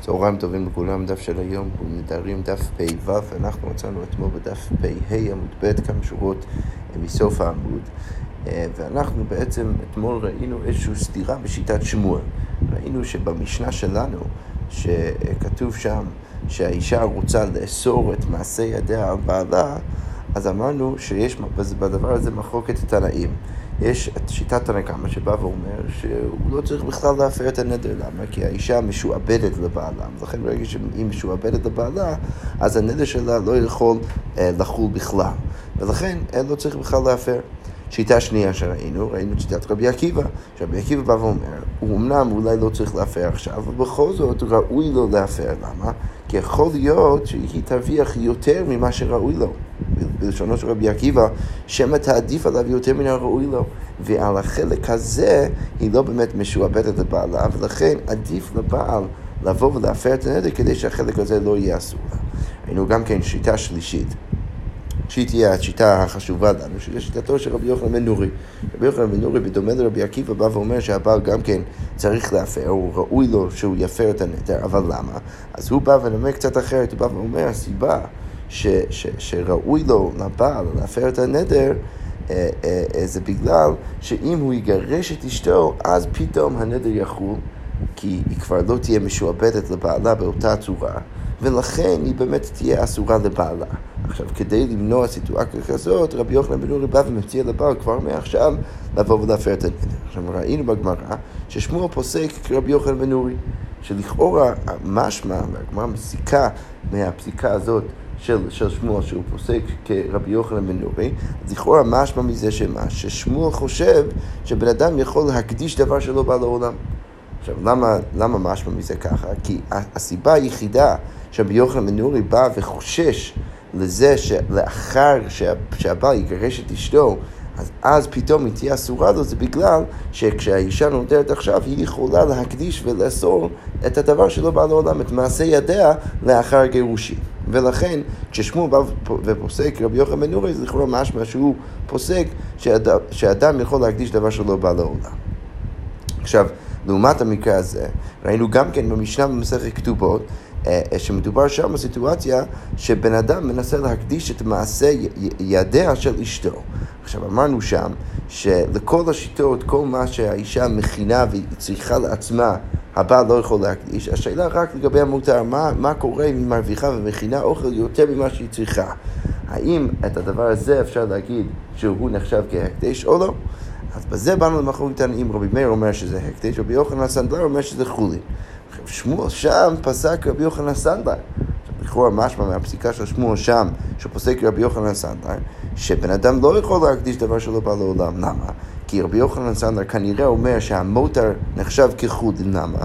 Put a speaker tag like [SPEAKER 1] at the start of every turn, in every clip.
[SPEAKER 1] צהריים טובים לכולם, דף של היום הוא נדרים דף פ"ו, ואנחנו מצאנו אתמול בדף פ"ה עמוד ב' כמה שורות מסוף העמוד, ואנחנו בעצם אתמול ראינו איזושהי סתירה בשיטת שמואל. ראינו שבמשנה שלנו שכתוב שם שהאישה רוצה לאסור את מעשה ידיה על בעלה, אז אמרנו שיש בדבר הזה מחלוקת תנאים. יש את שיטת תנא קמא שבא ואומר שהוא לא צריך בכלל להפר את הנדר. למה? כי האישה משועבדת לבעלה, ולכן ברגע שהיא משועבדת לבעלה, אז הנדר שלה לא יכול לחול בכלל, ולכן לא צריך בכלל להפר. שיטה שנייה שראינו, ראינו את שיטת רבי עקיבא, שרבי עקיבא בא ואומר, הוא אמנם אולי לא צריך להפר עכשיו, אבל בכל זאת ראוי לו להפר. למה? כי יכול להיות שהיא תרוויח יותר ממה שראוי לו. בלשונו של רבי עקיבא, שמא תעדיף עליו יותר מן הראוי לו, ועל החלק הזה היא לא באמת משועבדת לבעלה, ולכן עדיף לבעל לבוא ולהפר את הנדר כדי שהחלק הזה לא יהיה אסור לה. ראינו גם כן שיטה שלישית, שהיא תהיה השיטה החשובה לנו, שהיא שיטתו של רבי יוחנן בן נורי. רבי יוחנן בן נורי בדומה לרבי עקיבא בא ואומר שהבעל גם כן צריך להפר, הוא ראוי לו שהוא יפר את הנדר, אבל למה? אז הוא בא ונאמר קצת אחרת, הוא בא ואומר הסיבה שראוי לו לבעל להפר את הנדר, זה בגלל שאם הוא יגרש את אשתו, אז פתאום הנדר יחול, כי היא כבר לא תהיה משועבדת לבעלה באותה צורה, ולכן היא באמת תהיה אסורה לבעלה. עכשיו, כדי למנוע סיטואציה כזאת, רבי יוחנן בן נורי בא ומציע לבעל כבר מעכשיו לבוא ולהפר את הנדר. עכשיו, ראינו בגמרא ששמואל פוסק כרבי יוחנן בן נורי, שלכאורה משמע, והגמרא מסיקה מהפסיקה הזאת של שמואל שהוא פוסק כרבי יוחנן בן נורי, אז לכאורה משמע מזה ששמואל חושב שבן אדם יכול להקדיש דבר שלא בא לעולם. עכשיו, למה משמע מזה ככה? כי הסיבה היחידה שרבי יוחנן בן נורי בא וחושש לזה שלאחר שהבעל יגרש את אשתו, אז פתאום היא תהיה אסורה לו, זה בגלל שכשהאישה נותרת עכשיו, היא יכולה להקדיש ולאסור את הדבר שלא בא לעולם, את מעשה ידיה לאחר גירושים. ולכן, כששמואל בא ופוסק רבי יוחנן בן נורי, זה לכאורה משמע שהוא פוסק שאדם יכול להקדיש דבר שלא בא לעולם. עכשיו, לעומת המקרה הזה, ראינו גם כן במשנה במסכת כתובות, שמדובר שם בסיטואציה שבן אדם מנסה להקדיש את מעשה ידיה של אשתו. עכשיו, אמרנו שם שלכל השיטות, כל מה שהאישה מכינה והיא צריכה לעצמה, הבעל לא יכול להקדיש. השאלה רק לגבי המותר, מה קורה אם היא מרוויחה ומכינה אוכל יותר ממה שהיא צריכה? האם את הדבר הזה אפשר להגיד שהוא נחשב כהקדש או לא? אז בזה באנו למחלוקת תנאים. רבי מאיר אומר שזה הקדש, רבי יוחנן הסנדלר אומר שזה חולין. שמואל שם פסק רבי יוחנן הסנדלר. לכאורה משמע מהפסיקה של שמואל שם, שפוסק רבי יוחנן הסנדלר, שבן אדם לא יכול להקדיש דבר שלא בא לעולם. למה? כי רבי יוחנן הסנדלר כנראה אומר שהמותר נחשב כחולין. למה?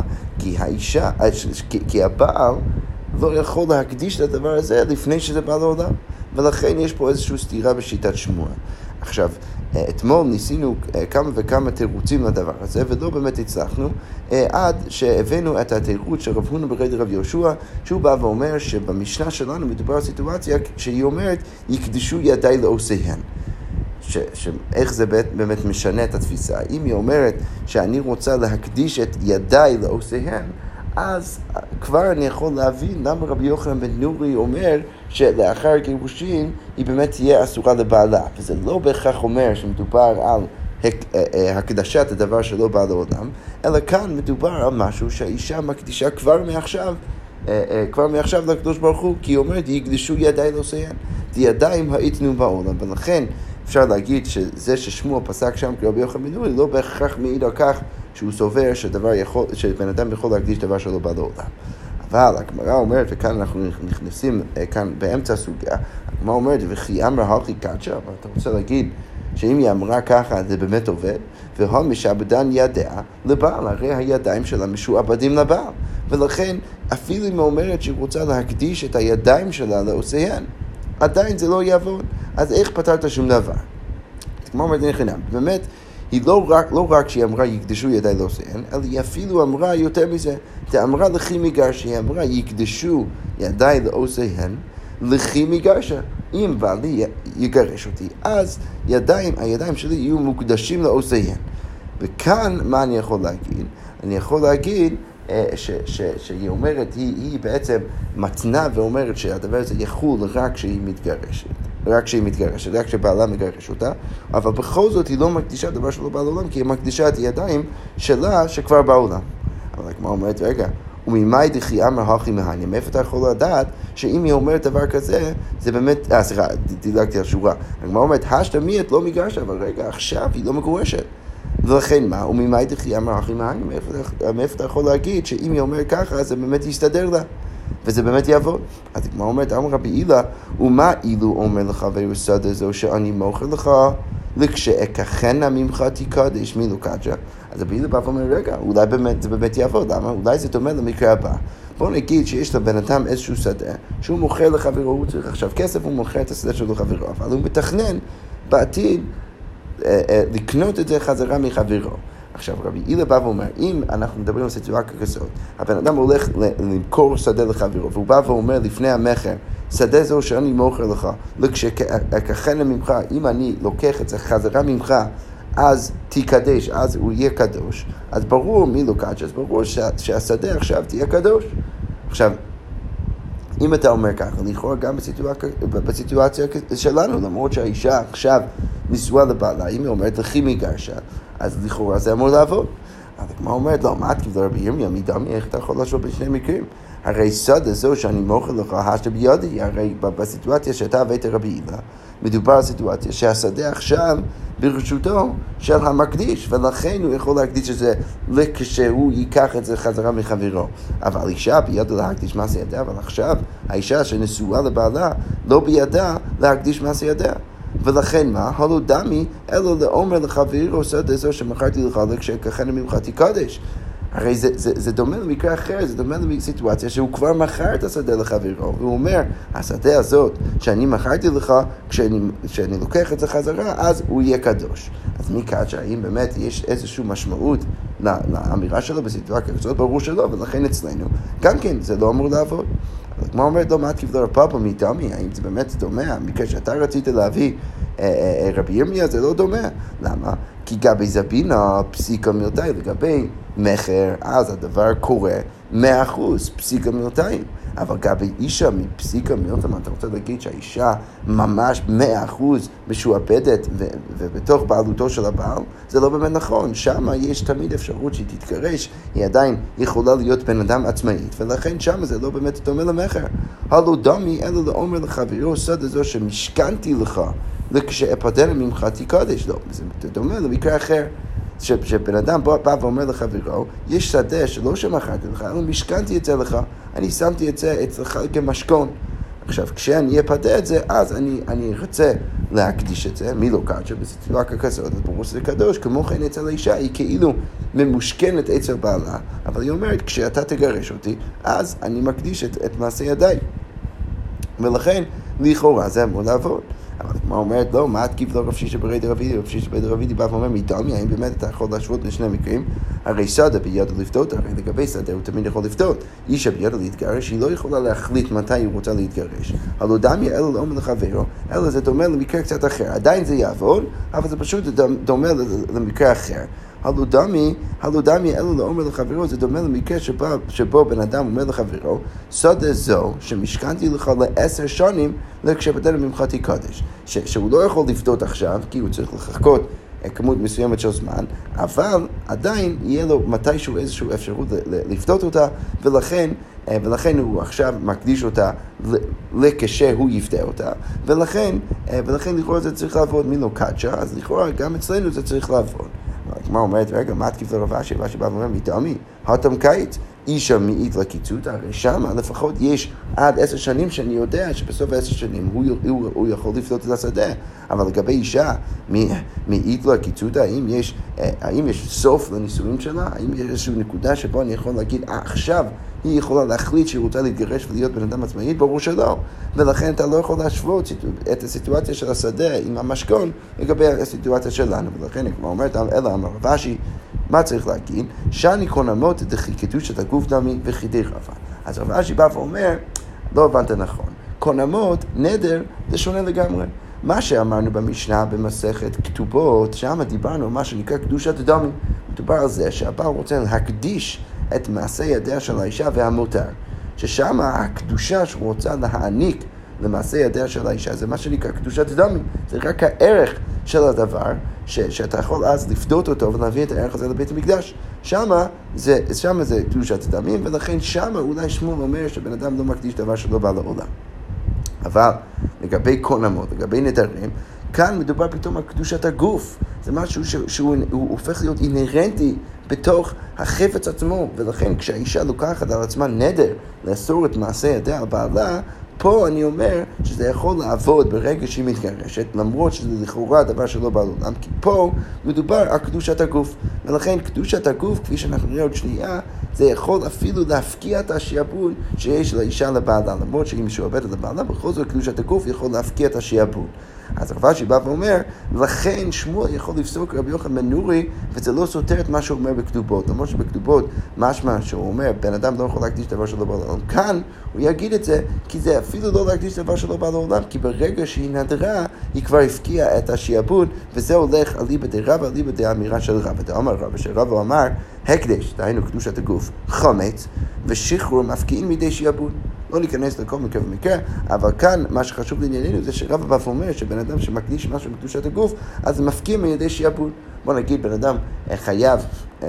[SPEAKER 1] כי הבעל לא יכול להקדיש את הדבר הזה לפני שזה בא לעולם. ולכן יש פה איזושהי סתירה בשיטת שמואל. עכשיו, אתמול ניסינו כמה וכמה תירוצים לדבר הזה, ולא באמת הצלחנו, עד שהבאנו את התירוץ של רב הונא ברי דרב יהושע, שהוא בא ואומר שבמשנה שלנו מדובר על סיטואציה שהיא אומרת, יקדשו ידיי לעושיהן. איך זה באמת משנה את התפיסה? אם היא אומרת שאני רוצה להקדיש את ידיי לעושיהן, אז כבר אני יכול להבין למה רבי יוחנן בן נורי אומר שלאחר גירושין היא באמת תהיה אסורה לבעלה. וזה לא בהכרח אומר שמדובר על הקדשת הדבר שלא בא לעולם, אלא כאן מדובר על משהו שהאישה מקדישה כבר מעכשיו לקדוש ברוך הוא, כי היא אומרת, יקדשו ידיי לעושיהן, ידיים היתנו בעולם. ולכן אפשר להגיד שזה ששמואל פסק שם כרבי יוחנן בן נורי לא בהכרח מעיד על כך שהוא סובר שבן אדם יכול להקדיש דבר שלא בא לעולם. אבל הגמרא אומרת, וכאן אנחנו נכנסים כאן באמצע הסוגיה, הגמרא אומרת, וכי אמרה הלכי קדשא, אבל אתה רוצה להגיד שאם היא אמרה ככה זה באמת עובד, והוא משעבדן ידיה לבעל, הרי הידיים שלה משועבדים לבעל, ולכן אפילו אם היא אומרת שהיא רוצה להקדיש את הידיים שלה לעושיהן, עדיין זה לא יעבוד. אז איך פתרת שום דבר? כמו אומרת נכנם, באמת, היא לא רק שהיא אמרה יקדשו ידיי לעושיהן, אלא היא אפילו אמרה יותר מזה, היא אמרה לכי מגרשה, היא אמרה יקדשו ידיי לעושיהן, לכי מגרשה. אם בעלי יגרש אותי, אז הידיים שלי יהיו מוקדשים לעושיהן. וכאן מה אני יכול להגיד? אני יכול להגיד שהיא אומרת, היא בעצם מתנה ואומרת שהדבר הזה יחול רק כשהיא מתגרשת. רק כשבעלה מגרש אותה, אבל בכל זאת היא לא מקדישה דבר שלא בא לעולם, כי היא מקדישה את הידיים שלה שכבר בעולם. אבל כמו אומרת, רגע, וממאי דחי אמר הכי מהיינים, מאיפה אתה יכול לדעת שאם היא אומרת דבר כזה, זה באמת, סליחה, דילגתי על שורה. כמו אומרת, השתמיית לא מגרשה, אבל רגע, עכשיו היא לא מגורשת. ולכן מה? וממאי דחי אמר הכי מהיינים, מאיפה אתה יכול להגיד שאם היא אומרת ככה, זה באמת יסתדר לה. וזה באמת יעבוד. אז כמו אומרת, אמר רבי הילה, ומה אילו אומר לך ויוסד זו שאני מוכר לך, לכשאקחנה ממך תקדש מילו קדשה. אז רבי הילה בא ואומר, רגע, אולי באמת, זה באמת יעבוד. למה? אולי זה דומה למקרה הבא. בואו נגיד שיש לבן אדם איזשהו שדה, שהוא מוכר לחברו, הוא צריך עכשיו כסף, הוא מוכר את השדה שלו לחברו, אבל הוא מתכנן בעתיד לקנות את זה חזרה מחברו. עכשיו, רבי הילה בא ואומר, אם אנחנו מדברים על סיטואציה כזאת, הבן אדם הולך למכור שדה לחברו, והוא בא ואומר לפני המחר, שדה זו שאני מוכר לך, לכשאקחנה ממך, אם אני לוקח את זה חזרה ממך, אז תקדש, אז הוא יהיה קדוש. אז ברור מי לא קדש, אז ברור שהשדה עכשיו תהיה קדוש. עכשיו, אם אתה אומר ככה, לכאורה גם בסיטואציה שלנו, למרות שהאישה עכשיו נשואה לבעלה, אם היא אומרת לכי מגרשה, אז לכאורה זה אמור לעבוד. אז כמו אומרת, לא, מה תקיב לרבי ירמיה, מדמי, איך אתה יכול להשוות בשני מקרים? הרי סוד הזו שאני מוכר לך, השתה בידי, הרי בסיטואציה שאתה הבאת רבי הילה, מדובר על סיטואציה שהשדה עכשיו ברשותו של המקדיש, ולכן הוא יכול להקדיש את זה כשהוא ייקח את זה חזרה מחברו. אבל אישה בידה להקדיש מעשה ידיה, אבל עכשיו האישה שנשואה לבעלה לא בידה להקדיש מעשה ידיה. ולכן מה? הלא דמי, אלו לאומר לחברו סוד הזו שמכרתי לך כשאקחנה ממך תקדש. הרי זה דומה למקרה אחר, זה דומה לסיטואציה שהוא כבר מכר את השדה לחברו, והוא אומר, השדה הזאת שאני מכרתי לך, כשאני לוקח את זה חזרה, אז הוא יהיה קדוש. אז מכאן שהאם באמת יש איזושהי משמעות לאמירה שלו בסיטואציה כזאת, ברור שלא, ולכן אצלנו, גם כן, זה לא אמור לעבוד. אבל כמו אומרת, לא, מה תקיב לרפאפה מדמי, האם זה באמת דומה? מקרה שאתה רצית להביא רבי ירמיה, זה לא דומה. למה? כי גבי זבינה פסיקה מילתיים, לגבי מחר, אז הדבר קורה 100% פסיקה מילתיים. אבל גבי אישה מפסיקה מילתיים, אתה רוצה להגיד שהאישה ממש 100% משועבדת ובתוך בעלותו של הבעל? זה לא באמת נכון. שם יש תמיד אפשרות שהיא תתגרש, היא עדיין יכולה להיות בן אדם עצמאית, ולכן שם זה לא באמת דומה למחר. הלא דמי, אלא לאומר לחברו, סוד הזו שמשכנתי לך, וכשאפטר ממך תקדש. לא, זה דומה למקרה אחר. שבן אדם בא ואומר לחברו, יש שדה שלא שמכרתי לך, אלא משכנתי את זה לך, אני שמתי את זה אצלך כמשכון. עכשיו, כשאני אפדה את זה, אז אני רוצה להקדיש את זה, מי לא קדשה בסיטואציה כזאת, אז ברור שזה קדוש, כמו כן אצל האישה, היא כאילו ממושכנת אצל בעלה, אבל היא אומרת, כשאתה תגרש אותי, אז אני מקדיש את מעשה ידיי. ולכן, לכאורה, זה אמור לעבוד. אבל כמו אומרת, לא, מה תקיף לו רב שישה ברי דרבידי? רב שישה ברי דרבידי בא ואומר, מדמי, האם באמת אתה יכול להשוות לשני מקרים? הרי שדה בידה לפתות, הרי לגבי שדה הוא תמיד יכול לפתות. אישה בידה להתגרש, היא לא יכולה להחליט מתי היא רוצה להתגרש. הלא דמי, אלא לא אומר לחברו, אלא זה דומה למקרה קצת אחר. עדיין זה יעבוד, אבל זה פשוט דומה למקרה אחר. הלא דמי, אלא לא אומר לחברו, זה דומה למקרה שבו בן אדם אומר לחברו, שדה זו שמשכנתי לך ל10 שנים, כשאפטר ממך תקדש. שהוא לא יכול לפתות עכשיו, כי הוא צריך לחכות כמות מסוימת של זמן, אבל עדיין יהיה לו מתישהו איזושהי אפשרות לפתות אותה, ולכן הוא עכשיו מקדיש אותה כשהוא יפתה אותה, ולכן לכאורה זה צריך לעבוד מילו קדשה, אז לכאורה גם אצלנו זה צריך לעבוד. כמו אומרת, רגע, מה תקיף לרב אשי? רב אשי בא ואומר, מדמי, התם קיץ, אישה מאית לקיצות, הרי שמה לפחות יש עד 10 שנים שאני יודע שבסוף 10 שנים הוא יכול לפתות את השדה. אבל לגבי אישה מאית לקיצות, האם יש סוף לנישואים שלה? האם יש איזושהי נקודה שבו אני יכול להגיד, עכשיו היא יכולה להחליט שהיא רוצה להתגרש ולהיות בן אדם עצמאי? ברור שלא. ולכן אתה לא יכול להשוות את הסיטואציה של השדה עם המשכון לגבי הסיטואציה שלנו. ולכן, כמו אומרת, אלא אמר רב אשי, מה צריך להגיד? שאני קונמות דחי קדושת הגוף דמי וחידי רבה. אז רב אשי בא ואומר, לא הבנת נכון. קונמות, נדר, זה שונה לגמרי. מה שאמרנו במשנה במסכת כתובות, שם דיברנו מה שנקרא קדושת דמי. מדובר על זה שהבעל רוצה להקדיש את מעשה ידיה של האישה והמותר. ששם הקדושה שהוא רוצה להעניק למעשה ידיה של האישה, זה מה שנקרא קדושת דמים. זה רק הערך של הדבר, שאתה יכול אז לפדות אותו ולהביא את הערך הזה לבית המקדש. שמה זה קדושת דמים, ולכן שמה אולי שמואל אומר שבן אדם לא מקדיש דבר שלא בא לעולם. אבל לגבי קונמות, לגבי נדרים, כאן מדובר פתאום על קדושת הגוף. זה משהו שהוא הופך להיות אינהרנטי בתוך החפץ עצמו, ולכן כשהאישה לוקחת על עצמה נדר לאסור את מעשה ידיה על בעלה, פה אני אומר שזה יכול לעבוד ברגע שהיא מתגרשת, למרות שזה לכאורה דבר שלא בא לעולם, כי פה מדובר על קדושת הגוף. ולכן קדושת הגוף, כפי שאנחנו נראה עוד שנייה, זה יכול אפילו להפקיע את השעבוד שיש לאישה לבעלה, למרות שהיא משועבדת לבעלה, בכל זאת קדושת הגוף יכול להפקיע את השעבוד. אז רבשי בא ואומר, לכן שמואל יכול לפסוק רבי יוחנן בן נורי, וזה לא סותר את מה שהוא אומר בכתובות. למרות שבכתובות משמע שהוא אומר, בן אדם לא יכול להקדיש דבר שלא בא לעולם. כאן הוא יגיד את זה, כי זה אפילו לא להקדיש דבר שלא בא לעולם, כי ברגע שהיא נדרה, היא כבר הפקיעה את השעבוד, וזה הולך על ליבא דרבא, על ליבא דאמירה של רבא. דאמר רבא, שרבא אמר, הקדש, דהיינו קדושת הגוף, חמץ, ושחרור מפקיעים מידי שעבוד. לא ניכנס לכל מקרה ומקרה, אבל כאן מה שחשוב לענייננו זה שרבא בא ואומר שבן אדם שמקדיש משהו בקדושת הגוף, אז זה מפקיע מידי שעבוד. בוא נגיד בן אדם חייב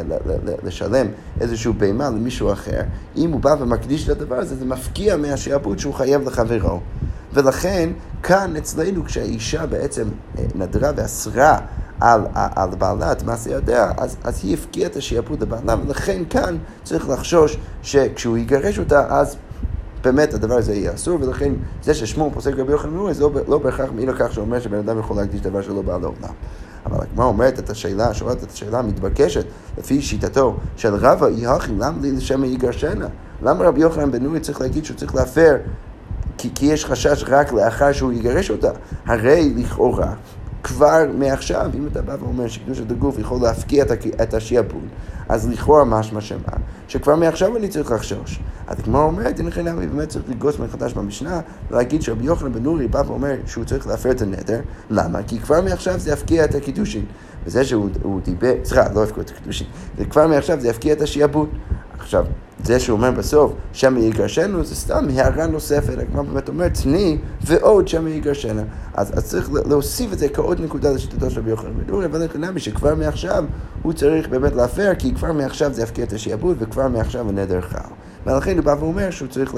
[SPEAKER 1] לשלם איזשהו בהמה למישהו אחר, אם הוא בא ומקדיש לדבר הזה, זה מפקיע מהשעבוד שהוא חייב לחברו. ולכן כאן אצלנו כשהאישה בעצם נדרה ואסרה על בעלה את מעשה ידיה, אז היא הפקיעה את השעבוד לבעלה, ולכן כאן צריך לחשוש שכשהוא יגרש אותה, אז באמת הדבר הזה יהיה אסור, ולכן זה ששמואל פוסק רבי יוחנן בן נורי, זה לא בהכרח מעיד לכך שאומר שבן אדם יכול להקדיש דבר שלא בא לעולם. אבל הגמרא אומרת את השאלה, שואלת את השאלה המתבקשת, לפי שיטתו של רבא, יהכי, למה לי לשם יגרשנה? למה רבי יוחנן בן נורי צריך להגיד שהוא צריך להפר, כי יש חשש רק לאחר שהוא יגרש אותה? הרי לכאורה, כבר מעכשיו, אם אתה בא ואומר שקדושת הגוף יכול להפקיע את השעבוד, אז לכאורה משמע שמה, שכבר מעכשיו אני צריך לחשוש. אז כמו אומרת, לכן אני באמת צריך לגוס מחדש במשנה, ולהגיד שרבי יוחנן בן נורי בא ואומר שהוא צריך להפר את הנדר. למה? כי כבר מעכשיו זה יפקיע את הקידושין. וזה שהוא דיבר, לא יפקיע את הקידושין, וכבר מעכשיו זה יפקיע את השעבוד. עכשיו, זה שהוא אומר בסוף, שם יגרשנו, זה סתם הערה נוספת, כמו באמת אומר, תני ועוד שם יגרשנה. אז צריך להוסיף את זה כעוד נקודה לשיטתו של רבי יוחנן בן נורי, אבל לכן שכבר מעכשיו הוא צריך באמת להפר, כי כבר מעכשיו זה יפקיע את השעבוד, וכבר מעכשיו הנדר חל. ולכן הוא בא ואומר שהוא צריך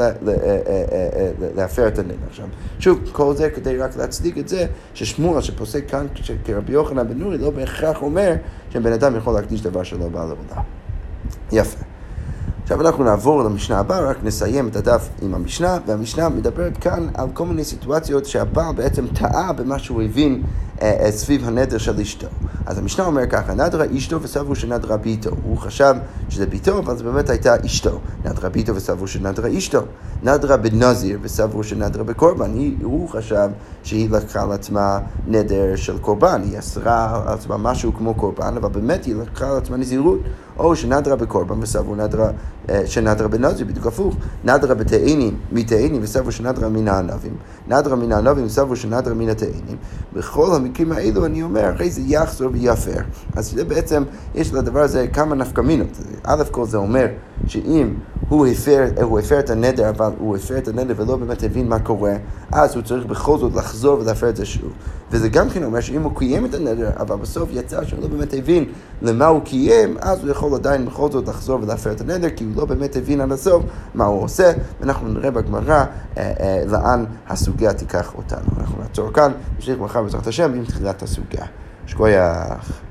[SPEAKER 1] להפר את הנדר. עכשיו, שוב, כל זה כדי רק להצדיק את זה, ששמואל שפוסק כאן כרבי יוחנן בן נורי, לא בהכרח אומר שבן אדם יכול להקדיש דבר שלא בא לעולם. יפה. עכשיו אנחנו נעבור למשנה הבאה, רק נסיים את הדף עם המשנה, והמשנה מדברת כאן על כל מיני סיטואציות שהבעל בעצם טעה במה שהוא הבין סביב הנדר של אשתו. אז המשנה אומר ככה, נדרה אשתו וסברו שנדרה ביתו. הוא חשב שזה ביתו, אבל זה באמת הייתה אשתו. נדרה ביתו וסברו שנדרה אשתו. נדרה בנזיר וסברו שנדרה בקורבן. הוא חשב שהיא לקחה על עצמה נדר של קורבן. היא אסרה על עצמה משהו כמו קורבן, אבל באמת היא לקחה על עצמה נזירות. או שנדרה בקורבן וסברו שנדרה בנזיר, בדיוק הפוך. נדרה מתאינים וסברו שנדרה מן הענבים. נדרה מן הענבים וסברו שנדרה מן התאינים. בכל המקרים האלו אני אומר, הרי זה יחזור ויפר. אז זה בעצם, יש לדבר הזה כמה נפקמינות. א' כל זה אומר שאם הוא הפר את הנדר, אבל הוא הפר את הנדר ולא באמת הבין מה קורה, אז הוא צריך בכל זאת לחזור ולהפר את זה שוב. וזה גם כן אומר שאם הוא קיים את הנדר, אבל בסוף יצא שהוא לא באמת הבין למה הוא קיים, אז הוא יכול עדיין בכל זאת לחזור ולהפר את הנדר, כי הוא לא באמת הבין עד הסוף מה הוא עושה, ואנחנו נראה בגמרא לאן הסוגיה תיקח אותנו. אנחנו נעצור כאן, נמשיך מחר בעזרת השם עם תחילת הסוגיה. שכוייח.